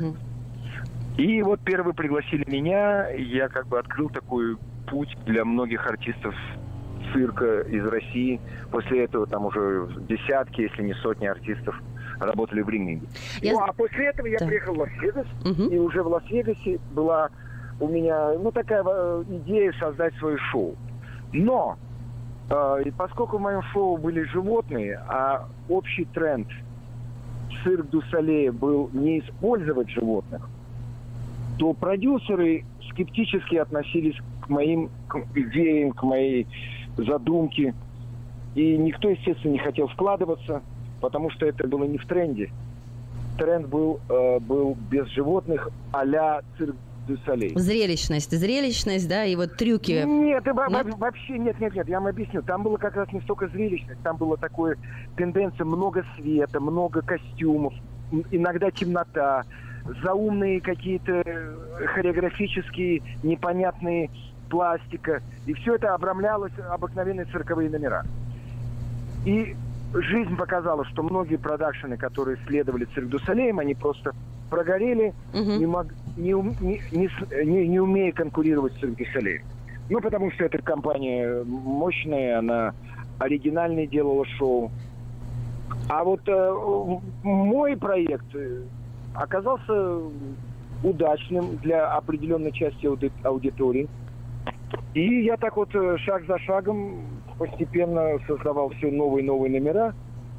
И вот первые пригласили меня, я как бы открыл такой путь для многих артистов цирка из России. После этого там уже десятки, если не сотни артистов работали в ринге. А после этого я приехал в Лас-Вегас, и уже в Лас-Вегасе была у меня такая идея создать свое шоу. Но поскольку в моем шоу были животные, а общий тренд Цирк дю Солей был не использовать животных, то продюсеры скептически относились к моим идеям, к моей задумке. И никто, естественно, не хотел вкладываться, потому что это было не в тренде. Тренд был без животных а-ля Цирк дю Солей. Зрелищность, да, и вот трюки. Нет, вообще нет, я вам объясню. Там было как раз не столько зрелищность, там была такая тенденция, много света, много костюмов, иногда темнота, заумные какие-то хореографические непонятные пластика. И все это обрамлялось обыкновенные цирковые номера. И жизнь показала, что многие продакшены, которые следовали Цирк дю Солей, они просто прогорели, не умея конкурировать с Цирк дю Солей. Потому что эта компания мощная, она оригинальное делала шоу. А вот мой проект оказался удачным для определенной части аудитории. И я так вот шаг за шагом постепенно создавал все новые номера.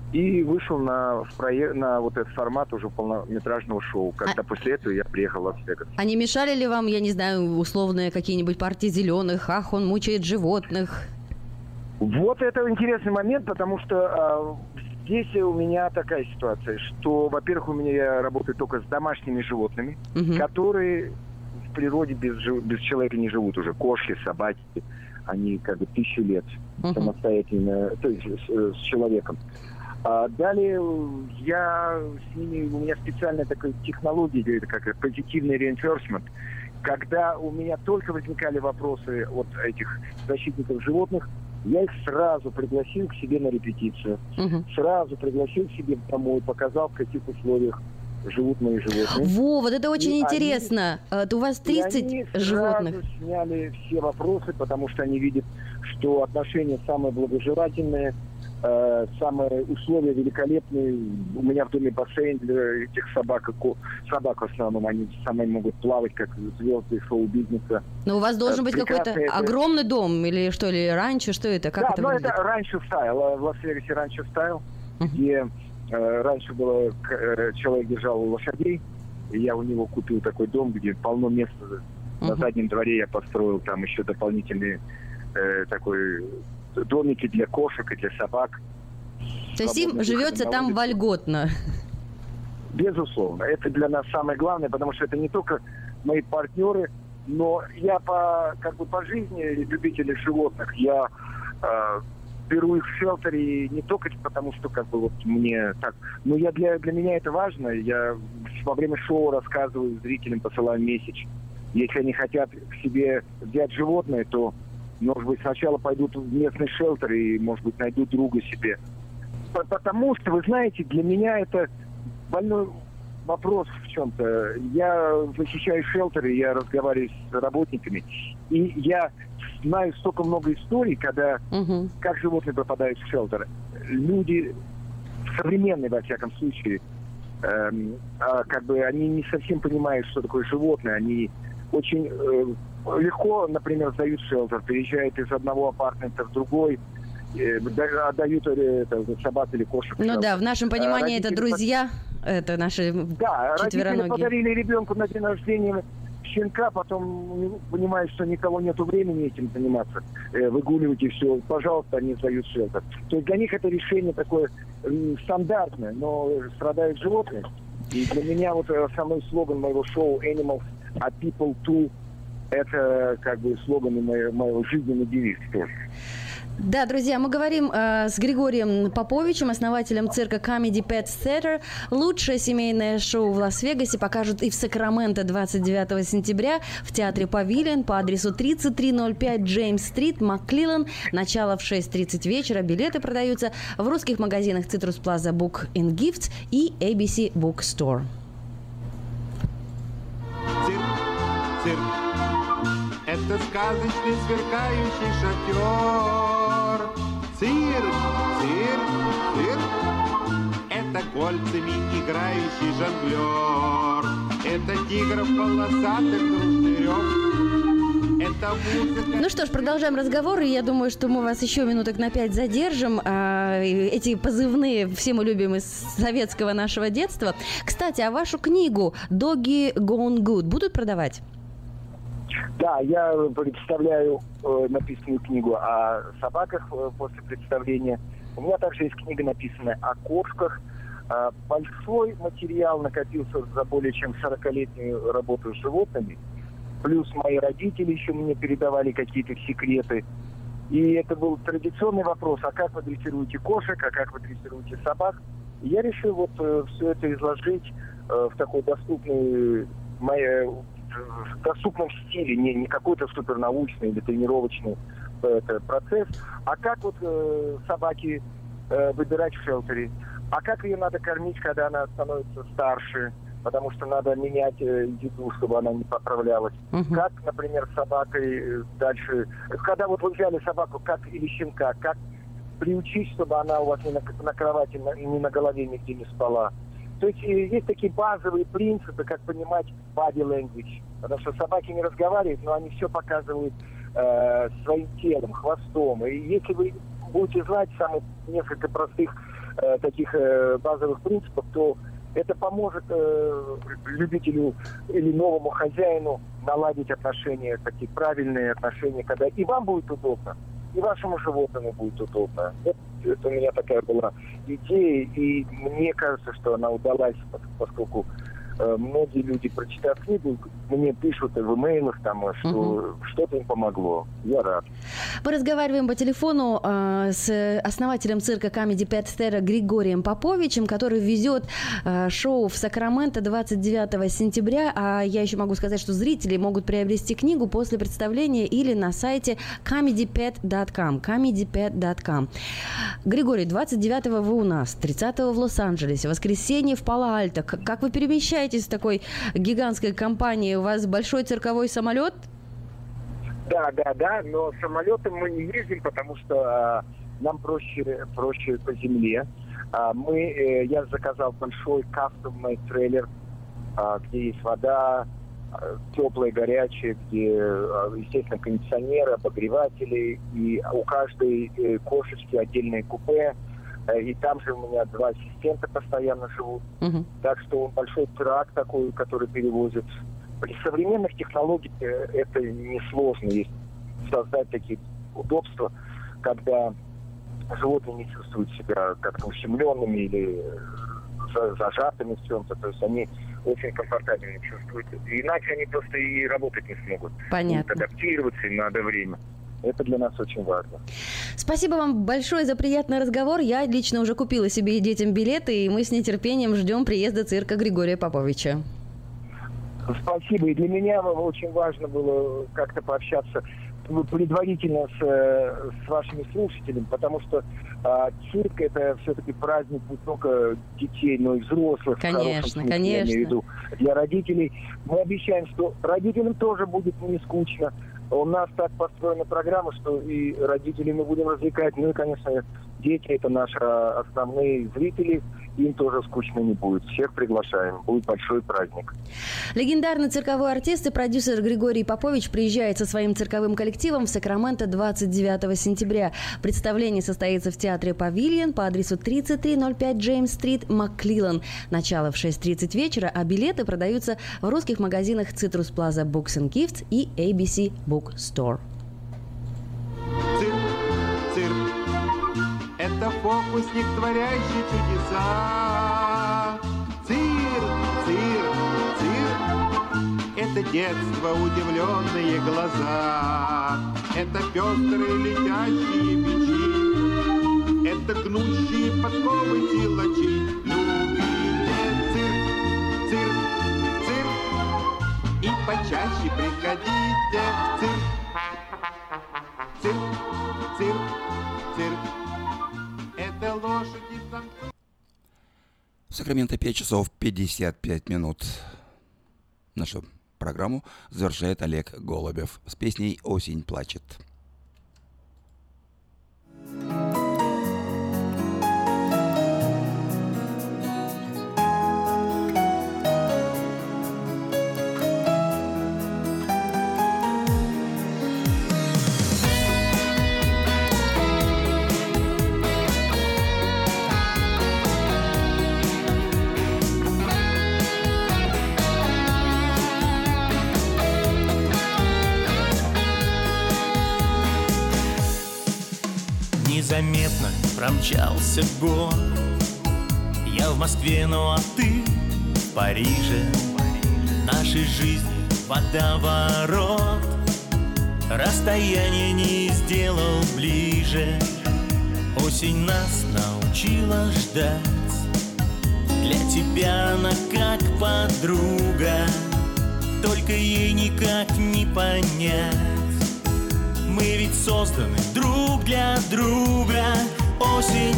И вышел на вот этот формат уже полнометражного шоу. Когда после этого я приехал в Лас-Вегас. А не мешали ли вам, я не знаю, условные какие-нибудь партии зеленых? Ах, он мучает животных. Вот это интересный момент, потому что здесь у меня такая ситуация, что, во-первых, я работаю только с домашними животными, которые в природе без человека не живут уже. Кошки, собаки, они как бы 1000 лет самостоятельно, то есть с человеком. Далее я с ними, у меня специальная такая технология, это как позитивный reinforcement, когда у меня только возникали вопросы от этих защитников животных, я их сразу пригласил к себе на репетицию, сразу пригласил к себе домой, показал, в каких условиях живут мои животные. Вот это очень интересно. У вас 30 животных. Сразу сняли все вопросы, потому что они видят, что отношения самые благожелательные, самые условия великолепные. У меня в доме бассейн для этих собак. Собак в основном, они сами могут плавать, как звезды шоу-бизнеса. Но у вас должен быть какой-то огромный дом или что, или ранчо, что это? Как это выглядит? Это ранчо стайл. В Лас-Вегасе ранчо стайл, где раньше было, человек держал лошадей, и я у него купил такой дом, где полно места. На заднем дворе я построил там еще дополнительные такой домики для кошек и для собак. То есть им живется там вольготно? Безусловно. Это для нас самое главное, потому что это не только мои партнеры, но я по жизни любитель животных. Я беру их в шелтере не только потому, что мне так, но для меня это важно. Я во время шоу рассказываю зрителям, посылаю месседж. Если они хотят к себе взять животное, то, может быть, сначала пойдут в местный шелтер и, может быть, найдут друга себе. Потому что, вы знаете, для меня это больной вопрос в чем-то. Я посещаю шелтеры, я разговариваю с работниками, и я знаю столько много историй, когда как животные попадают в шелтер. Люди современные, во всяком случае, они не совсем понимают, что такое животное. Они очень легко, например, сдают шелтер, переезжают из одного апартамента в другой, отдают собак или кошек. Ну да, в нашем понимании это друзья, это наши четвероногие. Родители подарили ребенку на день рождения щенка, потом понимают, что никого нету времени этим заниматься, выгуливать и все, пожалуйста, они сдают шелтер. То есть для них это решение такое стандартное, но страдают животные. И для меня основной слоган моего шоу «Animals are people too» это слоган моего жизненного девиза тоже. Да, друзья, мы говорим с Григорием Поповичем, основателем цирка Comedy Pet Theater. Лучшее семейное шоу в Лас-Вегасе покажут и в Сакраменто 29 сентября в театре Павильон по адресу 3305 Джеймс-стрит, МакКлиллан. Начало в 6:30 вечера. Билеты продаются в русских магазинах Citrus Plaza Book and Gifts и ABC Bookstore. Цирк. Это сказочный сверкающий шатер. Цирк, цирк, цирк. Это кольцами играющий жонглер. Это тигров полосатых дружный рев. Это музыка... Ну что ж, продолжаем разговор, и я думаю, что мы вас еще минуток на 5 задержим. Эти позывные все мы любим из советского нашего детства. Кстати, а вашу книгу «Doggy Gone Good» будут продавать? Да, я представляю написанную книгу о собаках после представления. У меня также есть книга, написанная о кошках. Большой материал накопился за более чем 40-летнюю работу с животными. Плюс мои родители еще мне передавали какие-то секреты. И это был традиционный вопрос, а как вы дрессируете кошек, а как вы дрессируете собак. И я решил все это изложить в такой доступной в доступном стиле, не какой-то супернаучный или тренировочный процесс, а как собаки выбирать в шелтере, а как ее надо кормить, когда она становится старше, потому что надо менять еду, чтобы она не поправлялась. Как, например, с собакой дальше, когда вы взяли собаку или щенка, как приучить, чтобы она у вас не на кровати, не на голове нигде не спала. То есть есть такие базовые принципы, как понимать body language. Потому что собаки не разговаривают, но они все показывают своим телом, хвостом. И если вы будете знать несколько простых таких базовых принципов, то это поможет любителю или новому хозяину наладить отношения, такие правильные отношения, когда и вам будет удобно, и вашему животному будет удобно. Это у меня такая была идея, и мне кажется, что она удалась, поскольку многие люди, прочитав книгу, мне пишут в имейлах, что что-то им помогло. Я рад. Мы разговариваем по телефону с основателем цирка Comedy Pet Theater Григорием Поповичем, который везет шоу в Сакраменто 29 сентября. А я еще могу сказать, что зрители могут приобрести книгу после представления или на сайте comedypet.com. comedypet.com. Григорий, 29-го вы у нас, 30-го в Лос-Анджелесе, воскресенье в Пало-Альто. Как вы перемещаетесь в такой гигантской компании? У вас большой цирковой самолет? Да, но самолетом мы не ездим, потому что нам проще по земле. Я заказал большой custom-made трейлер, где есть вода, теплая, горячая, где, естественно, кондиционеры, обогреватели, и у каждой кошечки отдельное купе. И там же у меня 2 ассистента постоянно живут. Так что он большой трак такой, который перевозит. При современных технологиях это несложно. Есть создать такие удобства, когда животные не чувствуют себя как-то ущемленными или зажатыми в чем-то. То есть они очень комфортабельно чувствуют. Иначе они просто и работать не смогут. Понятно. Адаптироваться им надо время. Это для нас очень важно. Спасибо вам большое за приятный разговор. Я лично уже купила себе и детям билеты, и мы с нетерпением ждем приезда цирка Григория Поповича. Спасибо. И для меня очень важно было как-то пообщаться предварительно с вашими слушателями, потому что цирк — это все-таки праздник не только детей, но и взрослых. Конечно, конечно. Я имею в виду для родителей. Мы обещаем, что родителям тоже будет не скучно. У нас так построена программа, что и родителей мы будем развлекать. Ну и, конечно, дети — это наши основные зрители. Им тоже скучно не будет. Всех приглашаем. Будет большой праздник. Легендарный цирковой артист и продюсер Григорий Попович приезжает со своим цирковым коллективом в Сакраменто 29 сентября. Представление состоится в театре «Павильон» по адресу 3305 Джеймс-стрит, МакКлиллан. Начало в 6:30 вечера, а билеты продаются в русских магазинах Citrus Plaza Books and Gifts и ABC Bookstore. Цирк. Это фокусник, творящий чудеса. Цирк. Это детство, удивленные глаза. Это пестрые летящие мечи. Это гнущие подковы силачи. Любите цирк. И почаще приходите в цирк. Цирк. Это лошади танцуют. В Сакраменто 5 часов 55 минут. Нашу программу завершает Олег Голубев с песней «Осень плачет». Незаметно промчался год. Я в Москве, ну а ты в Париже. Нашей жизни водоворот расстояние не сделал ближе. Осень нас научила ждать. Для тебя она как подруга, только ей никак не понять. Мы ведь созданы друг для друга. Осень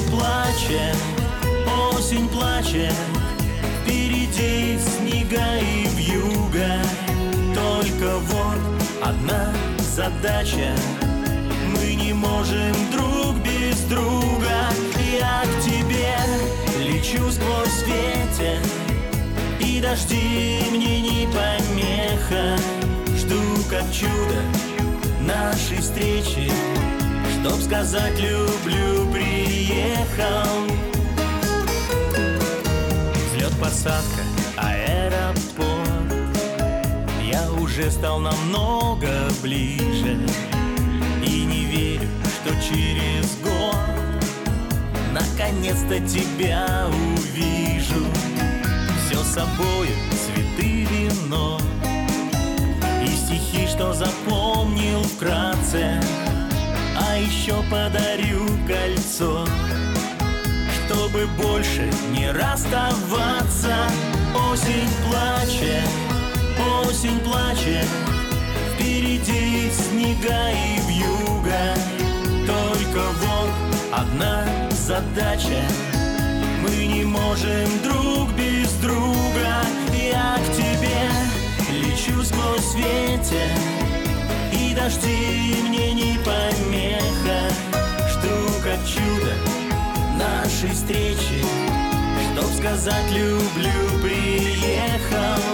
плачет, впереди снега и вьюга. Только вот одна задача: мы не можем друг без друга. Я к тебе лечу сквозь ветер, и дожди мне не помеха. Жду как чудо нашей встречи, чтоб сказать люблю, приехал. посадка, аэропорт. Я уже стал намного ближе и не верю, что через год наконец-то тебя увижу. Все с собой, цветы, вино и стихи, что запомнил вкратце. А еще подарю кольцо, чтобы больше не расставаться. Осень плачет, впереди снега и вьюга. Только вот одна задача: мы не можем друг без друга. Я к тебе лечу сквозь ветер, и дожди мне не помеха. Жду как чудо нашей встречи, чтоб сказать люблю, приехал.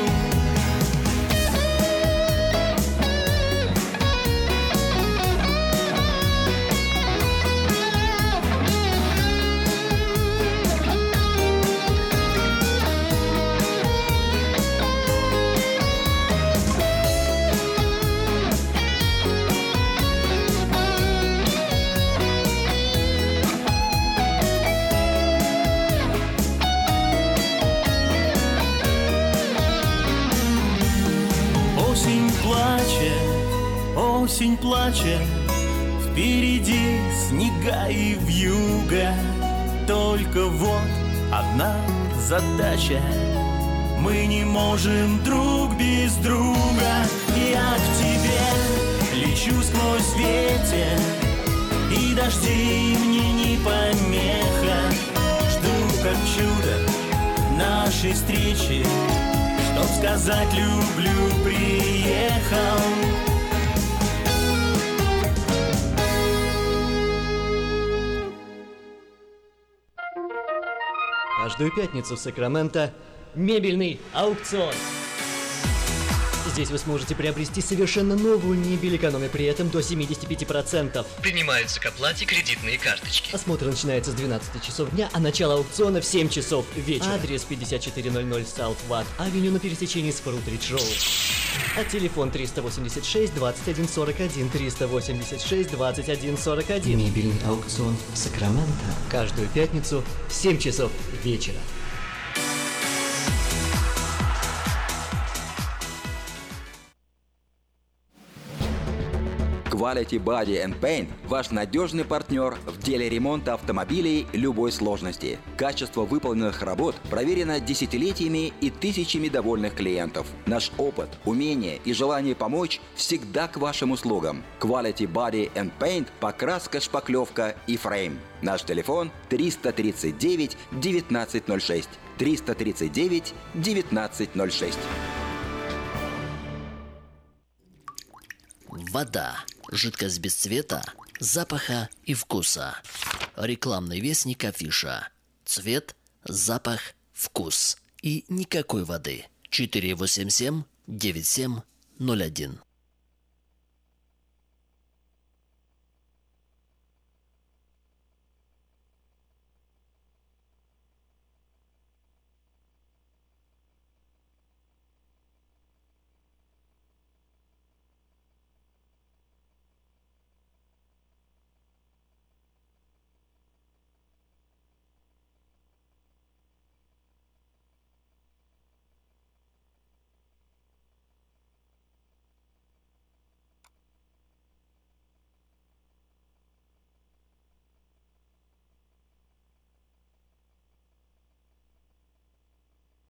Осень плачет, впереди снега и вьюга. Только вот одна задача: мы не можем друг без друга. Я к тебе лечу сквозь ветер, и дожди мне не помеха. Жду как чудо нашей встречи, чтоб сказать люблю, приехал. Каждую пятницу в Сакраменто мебельный аукцион. Здесь вы сможете приобрести совершенно новую мебель, экономя при этом до 75%. Принимаются к оплате кредитные карточки. Осмотр начинается с 12 часов дня, а начало аукциона в 7 часов вечера. Адрес 5400 South Watt Авеню на пересечении с Фрутридж Роуд. А телефон 386 2141 386 2141. Мебельный аукцион Сакраменто. Каждую пятницу в 7 часов вечера. Quality Body and Paint – ваш надежный партнер в деле ремонта автомобилей любой сложности. Качество выполненных работ проверено десятилетиями и тысячами довольных клиентов. Наш опыт, умение и желание помочь всегда к вашим услугам. Quality Body and Paint – покраска, шпаклевка и фрейм. Наш телефон 339 1906. 339 1906. Вода. Жидкость без цвета, запаха и вкуса. Рекламный вестник афиша. Цвет, запах, вкус. И никакой воды. 487-9701.